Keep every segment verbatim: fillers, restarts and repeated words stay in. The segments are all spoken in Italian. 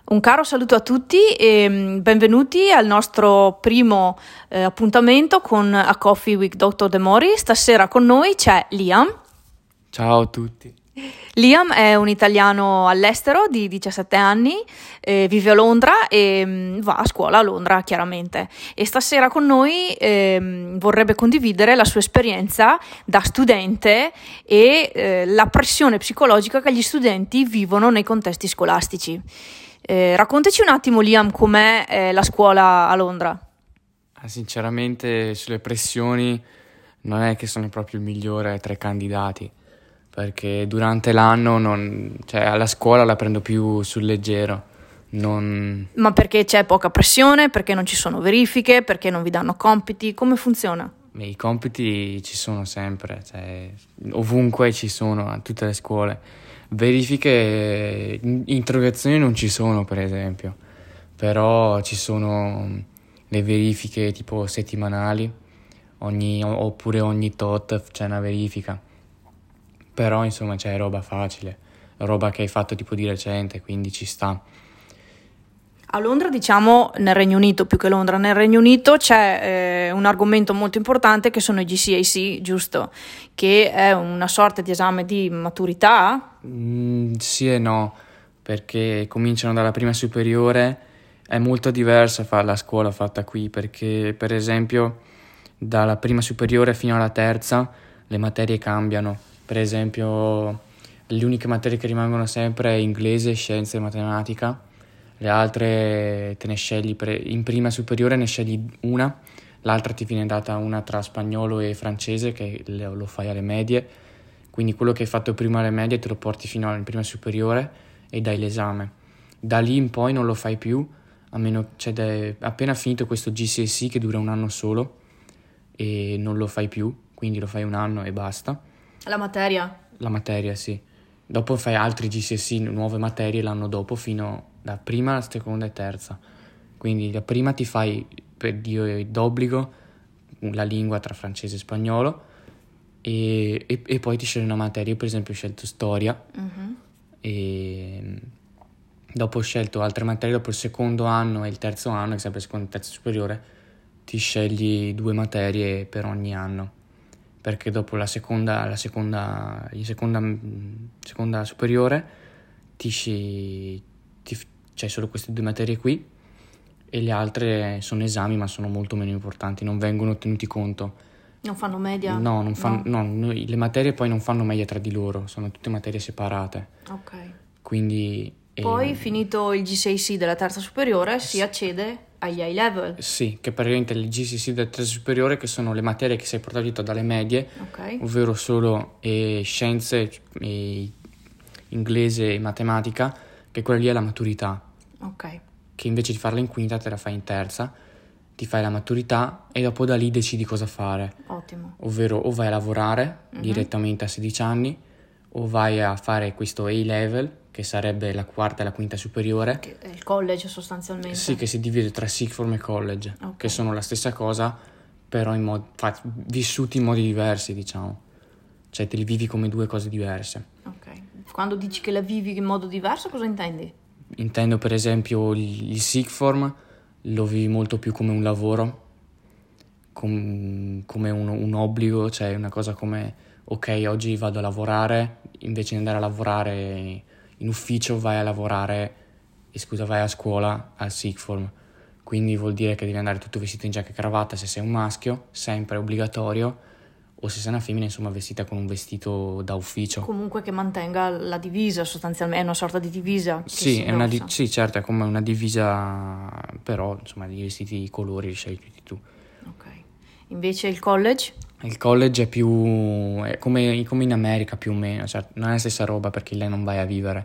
Un caro saluto a tutti e benvenuti al nostro primo eh, appuntamento con A Coffee with doctor De Mori. Stasera con noi c'è Liam. Ciao a tutti. Liam è un italiano all'estero di diciassette anni, eh, vive a Londra e mh, va a scuola a Londra chiaramente, e stasera con noi eh, vorrebbe condividere la sua esperienza da studente e eh, la pressione psicologica che gli studenti vivono nei contesti scolastici. Eh, raccontaci un attimo, Liam, com'è eh, la scuola a Londra. Ah, sinceramente sulle pressioni non è che sono proprio il migliore tra i candidati, perché durante l'anno non, cioè alla scuola la prendo più sul leggero. Non... Ma perché c'è poca pressione? Perché non ci sono verifiche? Perché non vi danno compiti? Come funziona? Beh, i compiti ci sono sempre, cioè, ovunque ci sono, a tutte le scuole. Verifiche, interrogazioni non ci sono, per esempio, però ci sono le verifiche tipo settimanali, ogni, oppure ogni tot c'è una verifica. Però insomma c'è roba facile, roba che hai fatto tipo di recente, quindi ci sta. A Londra, diciamo nel Regno Unito, più che Londra, nel Regno Unito c'è eh, un argomento molto importante che sono i G C S E, giusto? Che è una sorta di esame di maturità? Mm, sì e no, perché cominciano dalla prima superiore, è molto diversa fa- la scuola fatta qui, perché per esempio dalla prima superiore fino alla terza le materie cambiano. Per esempio, le uniche materie che rimangono sempre è inglese, scienze e matematica. Le altre te ne scegli, pre- in prima superiore ne scegli una, l'altra ti viene data una tra spagnolo e francese, che lo lo fai alle medie. Quindi quello che hai fatto prima alle medie te lo porti fino alla prima superiore e dai l'esame. Da lì in poi non lo fai più, a meno, cioè de- appena finito questo G C S E che dura un anno solo, e non lo fai più, quindi lo fai un anno e basta. La materia? La materia, sì. Dopo fai altri G C S E, nuove materie l'anno dopo, fino da prima, seconda e terza. Quindi la prima ti fai per Dio d'obbligo la lingua tra francese e spagnolo e, e, e poi ti scegli una materia. Io per esempio ho scelto storia, Mm-hmm. e dopo ho scelto altre materie. Dopo il secondo anno e il terzo anno, che sempre secondo e terzo superiore, ti scegli due materie per ogni anno. Perché dopo la seconda, la seconda, la seconda, seconda superiore ti, sci- ti c'hai solo queste due materie qui e le altre sono esami, ma sono molto meno importanti, non vengono tenuti conto. Non fanno media? No, non fanno, No. no, noi- le materie poi non fanno media tra di loro, sono tutte materie separate. Ok. Quindi Poi, ehm, finito il G C S E della terza superiore, si accede agli high level. sì, che praticamente il G C S E del terzo superiore, che sono le materie che sei portato dietro dalle medie, Ok. ovvero solo eh, scienze, eh, inglese e matematica, che quella lì è la maturità, Ok. che invece di farla in quinta te la fai in terza, ti fai la maturità e dopo da lì decidi cosa fare, Ottimo. ovvero o vai a lavorare Mhm. direttamente a sedici anni, o vai a fare questo A-level, che sarebbe la quarta e la quinta superiore. Che è il college sostanzialmente. Sì, che si divide tra sixth form e college, Ok. che sono la stessa cosa, però in mod- fa- vissuti in modi diversi, diciamo. Cioè te li vivi come due cose diverse. Ok. Quando dici che la vivi in modo diverso, cosa intendi? Intendo per esempio il, il sixth form lo vivi molto più come un lavoro, com- come un, un obbligo, cioè una cosa come ok, oggi vado a lavorare, invece di andare a lavorare in ufficio vai a lavorare, eh, scusa, vai a scuola al sixth form. Quindi vuol dire che devi andare tutto vestito in giacca e cravatta se sei un maschio, sempre obbligatorio, o se sei una femmina, insomma, vestita con un vestito da ufficio. Comunque che mantenga la divisa sostanzialmente, è una sorta di divisa. che Sì, si è una di- indossa. sì, certo, è come una divisa, però insomma i vestiti, i colori li scegli tutti tu. Ok. Invece il college? Il college è più è come, come in America più o meno, cioè non è la stessa roba perché lì non vai a vivere,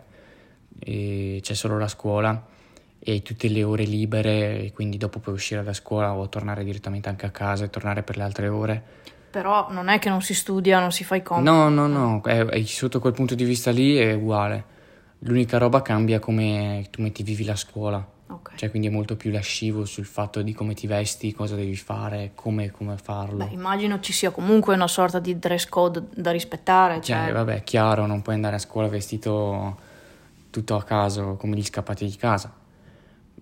e c'è solo la scuola e tutte le ore libere, e quindi dopo puoi uscire da scuola o tornare direttamente anche a casa e tornare per le altre ore. Però non è che non si studia, non si fa i compiti. No, no, no, è, è- sotto quel punto di vista lì è uguale. L'unica roba cambia come tu metti vivi la scuola. Ok. Cioè, quindi è molto più lascivo sul fatto di come ti vesti, cosa devi fare, come, come farlo. Beh, immagino ci sia comunque una sorta di dress code da rispettare. Cioè, Cioè, vabbè, è chiaro, non puoi andare a scuola vestito tutto a caso come gli scappati di casa.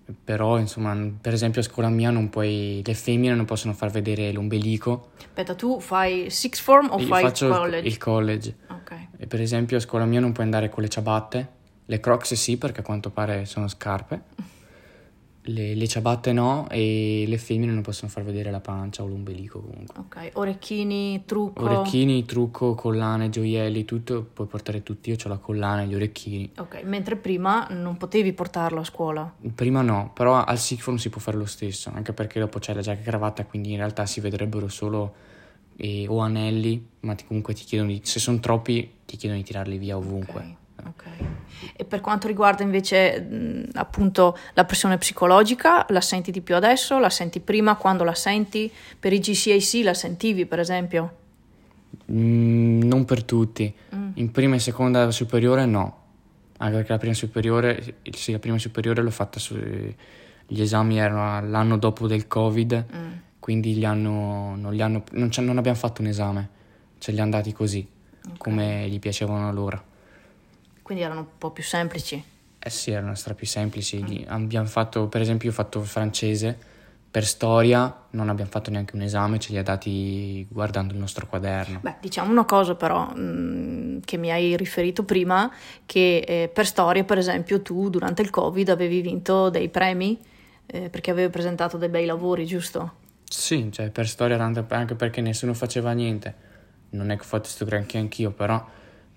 però insomma, per esempio a scuola mia non puoi, le femmine non possono far vedere l'ombelico. Aspetta, tu fai sixth form o Io fai faccio college? il, il college. Ok. E per esempio a scuola mia non puoi andare con le ciabatte, le Crocs sì, perché a quanto pare sono scarpe, le, le ciabatte no, e le femmine non possono far vedere la pancia o l'ombelico comunque. Ok, orecchini, trucco. Orecchini, trucco, collane, gioielli, tutto, puoi portare tutti, io ho la collana e gli orecchini. Ok, mentre prima non potevi portarlo a scuola. Prima no, però al sixth form si può fare lo stesso, anche perché dopo c'è la giacca e cravatta, quindi in realtà si vedrebbero solo eh, o anelli, ma ti, comunque ti chiedono di, se sono troppi ti chiedono di tirarli via ovunque. Ok. Ok. E per quanto riguarda invece mh, appunto la pressione psicologica, la senti di più adesso? La senti prima? Quando la senti? Per i G C A C la sentivi, per esempio? Mm, non per tutti. Mm. In prima e seconda superiore no, anche perché la prima superiore, sì, la prima superiore l'ho fatta su, gli esami erano l'anno dopo del Covid, Mm. quindi gli hanno, non, gli hanno, non, c'è- non abbiamo fatto un esame, ce li hanno dati così, Ok. come gli piacevano a loro. Quindi erano un po' più semplici. Eh sì, erano stra più semplici. Gli- Abbiamo fatto, per esempio, io ho fatto francese, per storia non abbiamo fatto neanche un esame, ce li ha dati guardando il nostro quaderno. Beh, diciamo una cosa però, mh, che mi hai riferito prima, che eh, per storia, per esempio, tu durante il Covid avevi vinto dei premi, eh, perché avevi presentato dei bei lavori, giusto? Sì, cioè per storia era anche perché nessuno faceva niente. Non è che ho fatto sto granché anch'io, però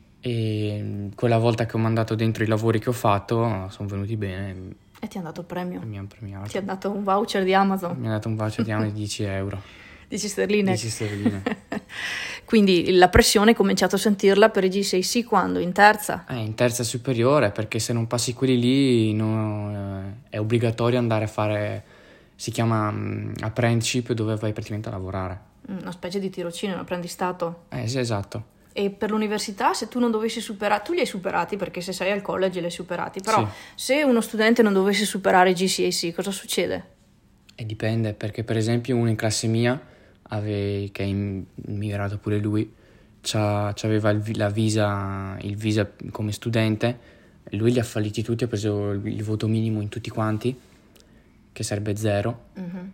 e quella volta che ho mandato dentro i lavori che ho fatto sono venuti bene E ti hanno dato il premio. e mi hanno premiato. Ti hanno dato un voucher di Amazon, Mi ha dato un voucher di di dieci euro. dieci sterline. dieci sterline. Quindi la pressione hai cominciato a sentirla per i G sei C quando? In terza? Eh, in terza superiore, perché se non passi quelli lì no, eh, è obbligatorio andare a fare, si chiama mm, apprenticeship, dove vai praticamente a lavorare. Una specie di tirocinio, un apprendistato. Eh sì, esatto. E per l'università, se tu non dovessi superare, tu li hai superati perché se sei al college li hai superati, però Sì. se uno studente non dovesse superare i G C A C, cosa succede? E dipende, perché per esempio uno in classe mia, ave- che è immigrato pure lui, c'ha- c'aveva il, vi- la visa, il visa come studente, lui li ha falliti tutti, ha preso il, il voto minimo in tutti quanti, che sarebbe zero, Mhm.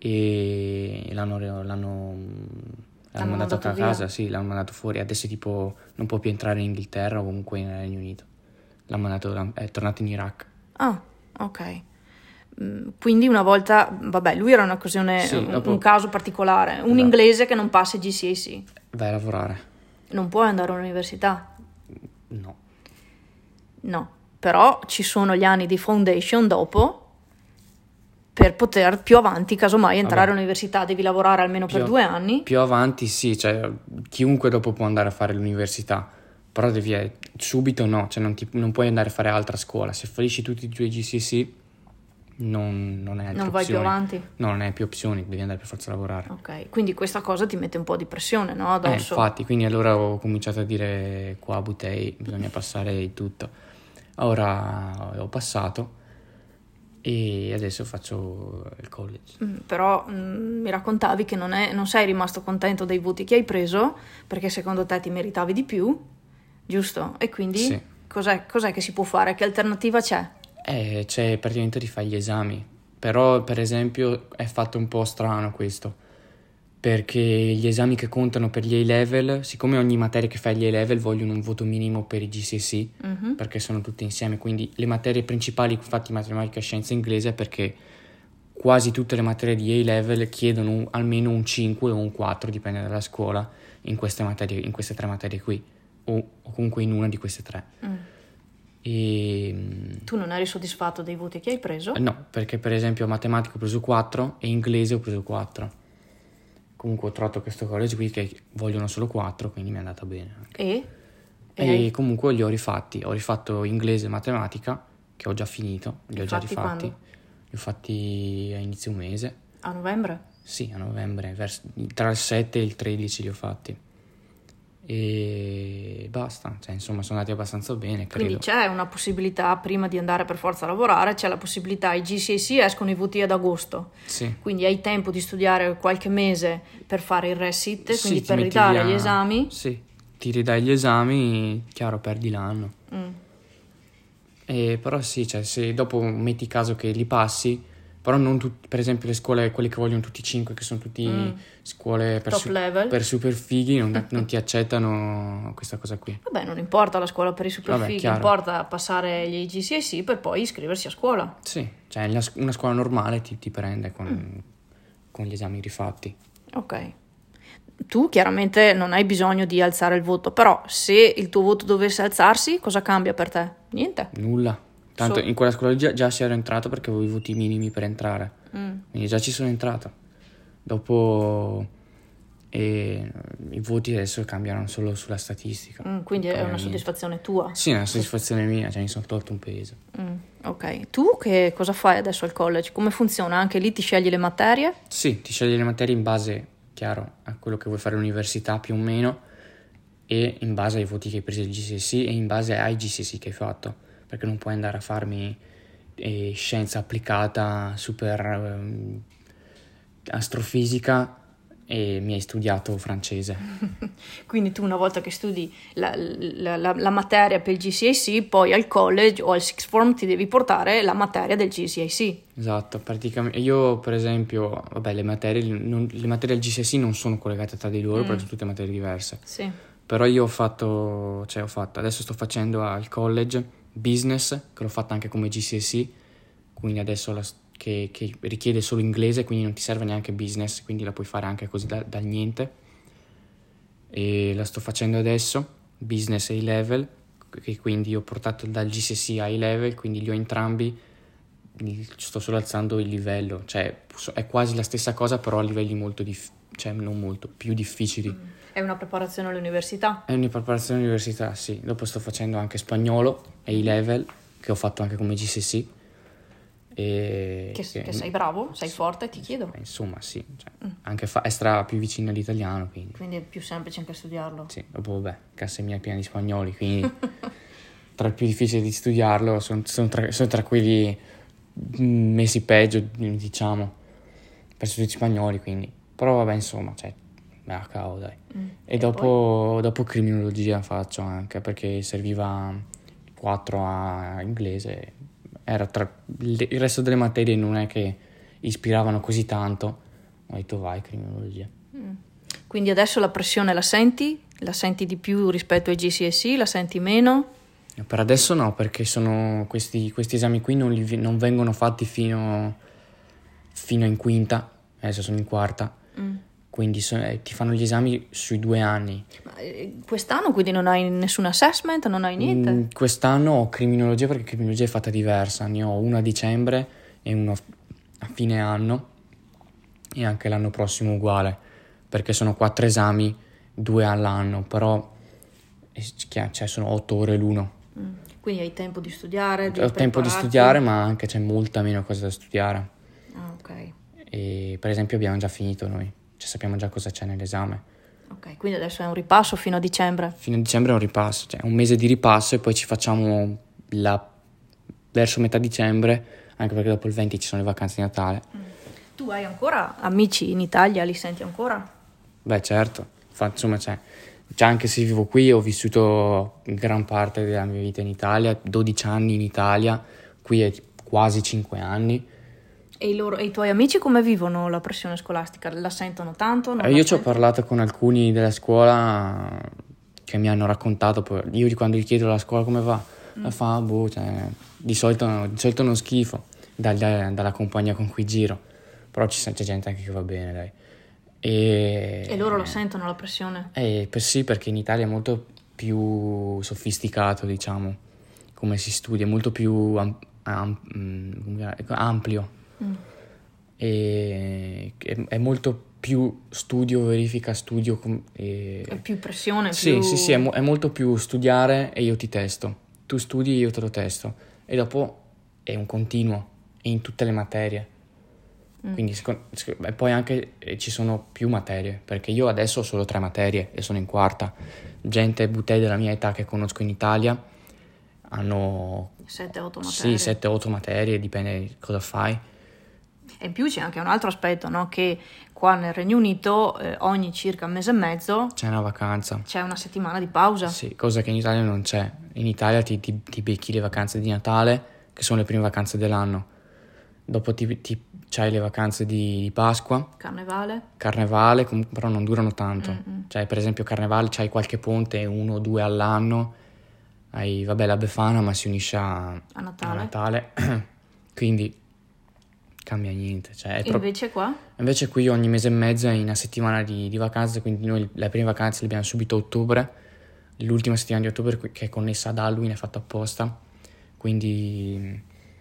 e l'hanno, l'hanno, l'hanno L'hanno mandato mandato a via. casa, sì, l'hanno mandato fuori, adesso tipo non può più entrare in Inghilterra o comunque nel Regno Unito, l'hanno mandato, l'ha- è tornato in Iraq. Ah, ok. Mm, Quindi una volta, vabbè, lui era un'occasione, Sì, un, dopo- un caso particolare, un Esatto. inglese che non passa i G C A C, Vai a lavorare. non può andare all'università, No. no, però ci sono gli anni di foundation dopo per poter più avanti, casomai, entrare Vabbè. all'università, devi lavorare almeno per Più- due anni. Più avanti sì, cioè chiunque dopo può andare a fare l'università, però devi eh, subito no, cioè non, ti- non puoi andare a fare altra scuola. Se fallisci tutti i tuoi G C C non, non hai altre Non vai più opzioni. avanti. No, non hai più opzioni, devi andare per forza a lavorare. Ok, quindi questa cosa ti mette un po' di pressione, no? Eh, Addosso. infatti, quindi allora ho cominciato a dire qua a Butei bisogna passare il tutto. Ora ho passato e adesso faccio il college. Mm, Però mm, mi raccontavi che non, è, non sei rimasto contento dei voti che hai preso perché secondo te ti meritavi di più, giusto? E quindi Sì. cos'è, cos'è che si può fare? Che alternativa c'è? Eh, c'è praticamente di fare gli esami, però per esempio è fatto un po' strano questo, perché gli esami che contano per gli A-level, siccome ogni materia che fa gli A-level vogliono un voto minimo per i G C S E, Mhm. perché sono tutte insieme, quindi le materie principali, infatti matematica, scienza e inglese, perché quasi tutte le materie di A-level chiedono un- almeno un cinque o un quattro, dipende dalla scuola, in queste materie, in queste tre materie qui, o, o comunque in una di queste tre. Mm. E Tu non eri soddisfatto dei voti che hai preso? Eh, no, perché per esempio matematica ho preso quattro e inglese ho preso quattro. Comunque ho trovato questo college qui che vogliono solo quattro, quindi mi è andata bene. E? E E hai- comunque li ho rifatti. Ho rifatto inglese e matematica, che ho già finito, li ho già Rifatti rifatti. quando? Li ho fatti a inizio mese. A novembre? Sì, a novembre, vers- tra il sette e il tredici li ho fatti. E basta, cioè insomma sono andati abbastanza bene, credo. Quindi c'è una possibilità, prima di andare per forza a lavorare, c'è la possibilità, i G C A C escono i voti ad agosto, Sì. quindi hai tempo di studiare qualche mese per fare il resit, Sì, quindi ti per metti ridare via- gli esami. Sì, ti ridai gli esami, chiaro, perdi l'anno. Mm. E però sì, cioè, se dopo metti caso che li passi, però non tutti, per esempio le scuole, quelle che vogliono tutti cinque, che sono tutti Mm. scuole per, Top su- level. per super fighi, non, non ti accettano questa cosa qui. Vabbè, non importa la scuola per i super Vabbè, fighi, chiaro. importa passare gli G C S E per poi iscriversi a scuola. Sì, cioè la- una scuola normale ti, ti prende con, Mm. con gli esami rifatti. Ok. Tu chiaramente non hai bisogno di alzare il voto, però se il tuo voto dovesse alzarsi, cosa cambia per te? Niente. Nulla. Tanto So- in quella scuola già, già ci ero entrato perché avevo i voti minimi per entrare. Mm. Quindi già ci sono entrato. Dopo e, i voti adesso cambiano solo sulla statistica. Mm, quindi Non è cambia una niente. soddisfazione tua. Sì, è una soddisfazione mia, cioè mi sono tolto un peso. Mm, ok. Tu che cosa fai adesso al college? Come funziona? Anche lì ti scegli le materie? Sì, ti scegli le materie in base, chiaro, a quello che vuoi fare all'università più o meno e in base ai voti che hai preso al G C S E e in base ai G C S E che hai fatto, perché non puoi andare a farmi eh, scienza applicata super ehm, astrofisica e mi hai studiato francese. Quindi tu una volta che studi la, la- la- la materia per il G C S E, poi al college o al sixth form ti devi portare la materia del G C S E. Esatto, praticamente io per esempio, vabbè, le materie, non- le materie del G C S E non sono collegate tra di loro Mm. perché sono tutte materie diverse. Sì. Però io ho fatto, cioè ho fatto, adesso sto facendo al college business, che l'ho fatta anche come G C S E, quindi adesso la, che, che richiede solo inglese, quindi non ti serve neanche business, quindi la puoi fare anche così da, dal niente. E la sto facendo adesso, business A-level, che quindi ho portato dal G C S E a A-level, quindi li ho entrambi, il- sto solo alzando il livello, cioè è quasi la stessa cosa, però a livelli molto, dif- cioè non molto, più difficili. È una preparazione all'università? È una preparazione all'università, sì. Dopo sto facendo anche spagnolo, A-level, che ho fatto anche come G C S E. E Che, che sei bravo? Sei forte? Ti chiedo. eh, Insomma, sì. Cioè, anche fa- è stra più vicino all'italiano, quindi. Quindi è più semplice anche studiarlo. Sì, dopo, vabbè, casa mia è piena di spagnoli, quindi tra il più difficile di studiarlo sono, sono, tra, sono tra quelli mm, messi peggio, diciamo, per studi spagnoli, quindi. Però vabbè, insomma, cioè, me la cavo, dai. Mm. E, dopo, dopo criminologia faccio anche, perché serviva quattro a inglese. Era tra, il il resto delle materie non è che ispiravano così tanto. Ho detto vai, criminologia. Mm. Quindi adesso la pressione la senti? La senti di più rispetto ai G C S E? La senti meno? Per adesso no, perché sono questi, questi esami qui non, li- non vengono fatti fino, fino in quinta, adesso sono in quarta, Mm. quindi so- eh, ti fanno gli esami sui due anni. Ma, eh, quest'anno quindi non hai nessun assessment, non hai niente? Mm, quest'anno ho criminologia perché criminologia è fatta diversa, ne ho uno a dicembre e uno a fine anno e anche l'anno prossimo uguale, perché sono quattro esami, due all'anno, però eh, cioè, sono otto ore l'uno. Mm. Quindi hai tempo di studiare, di Ho tempo di prepararti? studiare, ma anche c'è molta meno cosa da studiare. Ah, ok. E per esempio abbiamo già finito noi, cioè sappiamo già cosa c'è nell'esame. Ok, quindi adesso è un ripasso fino a dicembre. Fino a dicembre è un ripasso, cioè un mese di ripasso e poi ci facciamo la, verso metà dicembre, anche perché dopo il venti ci sono le vacanze di Natale. Tu hai ancora amici in Italia? Li senti ancora? Beh certo, fa- insomma c'è, già anche se vivo qui ho vissuto gran parte della mia vita in Italia, dodici anni in Italia, qui è quasi cinque anni. E i, loro, e i tuoi amici come vivono la pressione scolastica? La sentono tanto? Non Eh, la io ci ho sentono? parlato con alcuni della scuola che mi hanno raccontato, poi io di quando gli chiedo alla scuola come va, la fa, boh, cioè, di solito, di solito non schifo dagli- dalla compagnia con cui giro, però ci, c'è gente anche che va bene, dai. E, E loro la sentono la pressione? Eh, per sì, perché in Italia è molto più sofisticato, diciamo, come si studia, molto più am- am- mm, ampio. Mm. E è, è molto più studio, verifica, studio. com- e- È più pressione? Sì, più... sì, sì, è, mo- è molto più studiare e io ti testo. Tu studi e io te lo testo. E dopo è un continuo in tutte le materie. Mm. Quindi, seco- seco- e poi anche eh, ci sono più materie, perché io adesso ho solo tre materie e sono in quarta. Gente, buttei della mia età che conosco in Italia hanno sette otto materie? sì, sette otto materie, dipende cosa fai. E in più c'è anche un altro aspetto, no? Che qua nel Regno Unito eh, ogni circa un mese e mezzo C'è una vacanza. c'è una settimana di pausa. Sì, cosa che in Italia non c'è. In Italia ti, ti, ti becchi le vacanze di Natale, che sono le prime vacanze dell'anno. Dopo ti, ti, c'hai le vacanze di, di Pasqua, Carnevale. Carnevale, com- però non durano tanto. Mm-mm. Cioè, per esempio, Carnevale c'hai qualche ponte, uno o due all'anno. Hai, vabbè, la Befana, ma si unisce a, A Natale. a Natale. Quindi cambia niente. Cioè, è pro- Invece qua? Invece qui ogni mese e mezzo è una settimana di, di vacanze, quindi noi le prime vacanze le abbiamo subito a ottobre, l'ultima settimana di ottobre che è connessa ad Halloween è fatta apposta, quindi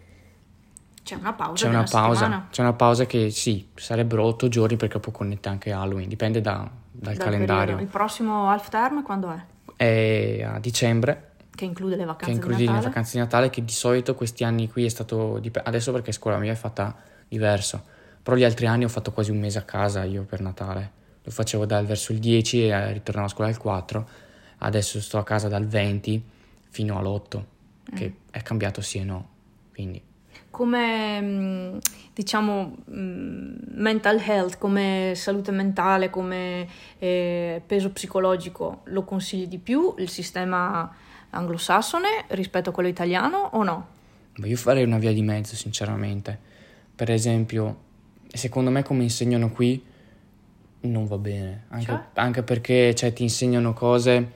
C'è una pausa c'è della una pausa, settimana. c'è una pausa che sì, sarebbero otto giorni perché poi connette anche Halloween, dipende da- dal, Dal calendario. periodo. Il prossimo half term quando è? È a dicembre, Che include le che vacanze include di le Natale. vacanze di Natale, che di solito questi anni qui è stato, dip- adesso perché scuola mia è fatta diverso, però gli altri anni ho fatto quasi un mese a casa io per Natale, lo facevo dal verso il dieci e ritornavo a scuola il quattro, adesso sto a casa dal venti fino all'otto, che Mm. è cambiato sì e no, quindi Come mh, diciamo mh, mental health, come salute mentale, come eh, peso psicologico, lo consigli di più il sistema anglosassone rispetto a quello italiano o no? ma io farei una via di mezzo sinceramente, per esempio secondo me come insegnano qui non va bene, anche, Cioè? anche perché cioè, ti insegnano cose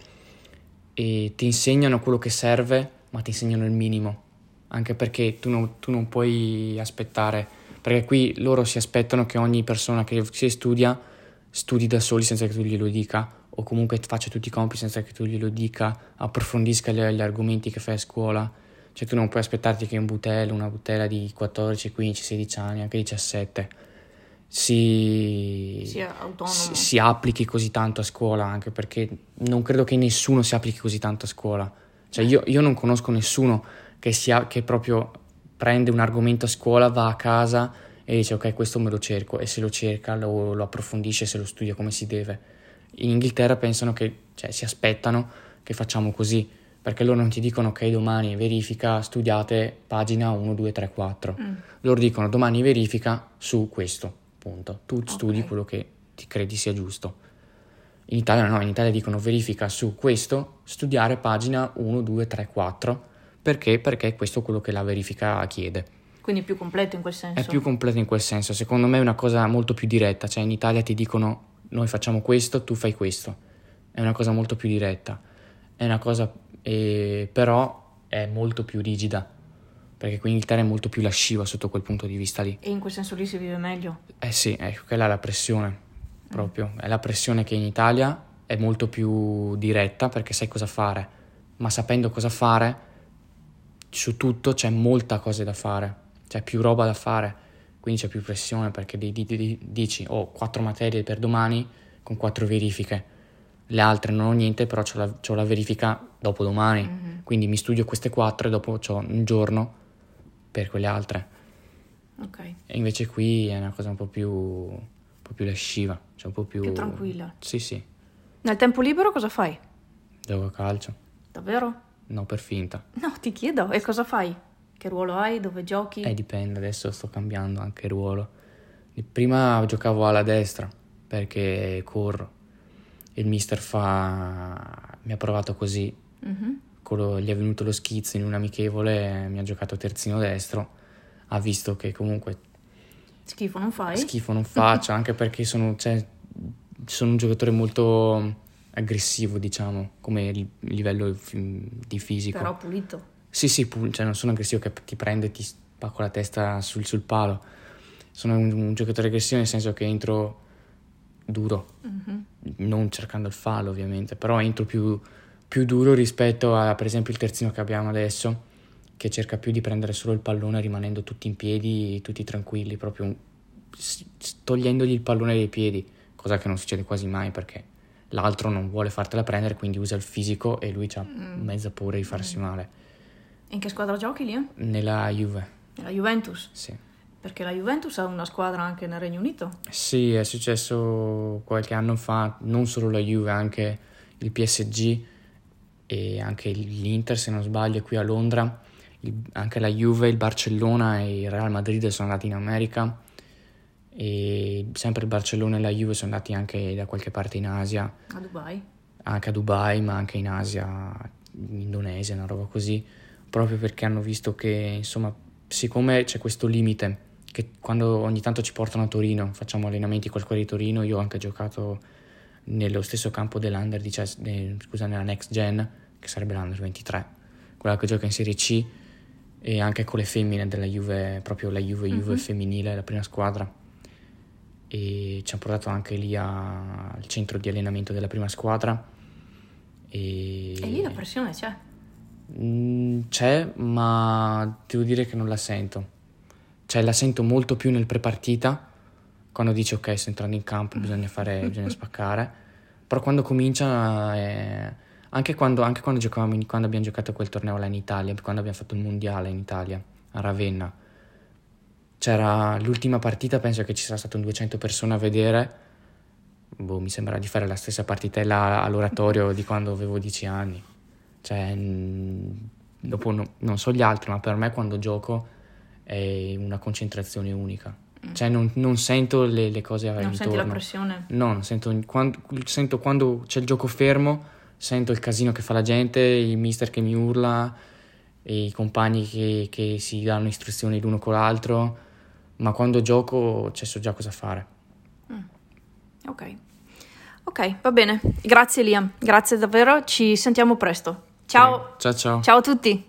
e ti insegnano quello che serve, ma ti insegnano il minimo, anche perché tu non, tu non puoi aspettare, perché qui loro si aspettano che ogni persona che si studia studi da soli senza che tu glielo dica, o comunque faccia tutti i compiti senza che tu glielo dica, approfondisca gli, gli argomenti che fai a scuola, cioè tu non puoi aspettarti che un butello, una butella di quattordici, quindici, sedici anni, anche diciassette, si, Sia autonomo. si, si applichi così tanto a scuola, anche perché non credo che nessuno si applichi così tanto a scuola. Cioè io, io non conosco nessuno che, sia, che proprio prende un argomento a scuola, va a casa e dice ok, questo me lo cerco, e se lo cerca lo, lo approfondisce, se lo studia come si deve. In Inghilterra pensano che, cioè si aspettano che facciamo così, perché loro non ti dicono ok, domani verifica, studiate pagina uno, due, tre, quattro. Mm. Loro dicono domani verifica su questo, punto. Tu studi Ok. quello che ti credi sia giusto. In Italia no, in Italia dicono verifica su questo, studiare pagina uno, due, tre, quattro. Perché? Perché questo è quello che la verifica chiede. Quindi più completo in quel senso. È più completo in quel senso. Secondo me è una cosa molto più diretta. Cioè in Italia ti dicono noi facciamo questo, tu fai questo. È una cosa molto più diretta. È una cosa, eh, però è molto più rigida. Perché qui in Inghilterra è molto più lasciva sotto quel punto di vista lì. E in quel senso lì si vive meglio. Eh sì, ecco, quella è la pressione, proprio. È la pressione che in Italia è molto più diretta perché sai cosa fare, ma sapendo cosa fare, su tutto c'è molta cosa da fare, c'è più roba da fare, quindi c'è più pressione perché di- di- di- dici ho oh, quattro materie per domani con quattro verifiche, le altre non ho niente, però c'ho la, c'ho la verifica dopo domani, Mhm. quindi mi studio queste quattro e dopo c'ho un giorno per quelle altre. Ok. E invece qui è una cosa un po' più, un po' più lasciva, cioè un po' più... Più tranquilla. Sì, sì, Nel tempo libero cosa fai? gioco a calcio, Davvero? no per finta. No, ti chiedo. E cosa fai? Che ruolo hai? Dove giochi? Eh, dipende, adesso sto cambiando anche ruolo. Prima giocavo alla destra perché corro. Il mister fa... mi ha provato così, Mhm. quello- gli è venuto lo schizzo in un amichevole, mi ha giocato terzino destro, ha visto che comunque Schifo non fai? schifo non faccio, anche perché sono, cioè, sono un giocatore molto aggressivo, diciamo, come ri- livello fi- di fisico. Però pulito. Sì, sì, pu- cioè non sono aggressivo che ti prende e ti spacco la testa sul, sul palo. Sono un, un giocatore aggressivo nel senso che entro duro, Mhm. non cercando il fallo ovviamente, però entro più, più duro rispetto a, per esempio, il terzino che abbiamo adesso, che cerca più di prendere solo il pallone rimanendo tutti in piedi, tutti tranquilli, proprio un- s- s- togliendogli il pallone dai piedi, cosa che non succede quasi mai perché l'altro non vuole fartela prendere, quindi usa il fisico e lui ha Mm. mezza paura di farsi male. In che squadra giochi lì? Nella Juve, La Juventus. sì. Perché la Juventus ha una squadra anche nel Regno Unito. Sì, è successo qualche anno fa, non solo la Juve, anche il P S G e anche l'Inter, se non sbaglio, qui a Londra. Il- anche la Juve, il Barcellona e il Real Madrid sono andati in America e sempre il Barcellona e la Juve sono andati anche da qualche parte in Asia, A Dubai. Anche a Dubai, ma anche in Asia, in Indonesia, una roba così, proprio perché hanno visto che, insomma, siccome c'è questo limite, che quando ogni tanto ci portano a Torino, facciamo allenamenti col cuore di Torino, io ho anche giocato nello stesso campo dell'Under diciassette, scusa, nella Next Gen, che sarebbe l'Under ventitré, quella che gioca in Serie C, e anche con le femmine della Juve, proprio la Juve, Juve mm-hmm. femminile, la prima squadra, e ci hanno portato anche lì a, al centro di allenamento della prima squadra. E, e lì la pressione c'è? Mh, c'è, ma devo dire che non la sento. Cioè la sento molto più nel prepartita, quando dici ok, sto entrando in campo, bisogna fare, bisogna spaccare. Però quando comincia, eh, anche, quando, anche quando giocavamo, in, quando abbiamo giocato quel torneo là in Italia, quando abbiamo fatto il mondiale in Italia, a Ravenna, c'era l'ultima partita, penso che ci sarà stato un duecento persone a vedere. Boh, mi sembra di fare la stessa partitella all'oratorio di quando avevo dieci anni. Cioè, mh, dopo no, non so gli altri, ma per me quando gioco è una concentrazione unica. Mm. Cioè, non, non sento le, le cose non intorno. Senti la pressione? No, non sento quando, sento quando c'è il gioco fermo, sento il casino che fa la gente, il mister che mi urla, e i compagni che, che si danno istruzioni l'uno con l'altro, ma quando gioco cioè, so già cosa fare. Mm. Ok, ok, va bene. Grazie Liam, grazie davvero, ci sentiamo presto. Ciao. Ciao ciao. Ciao a tutti.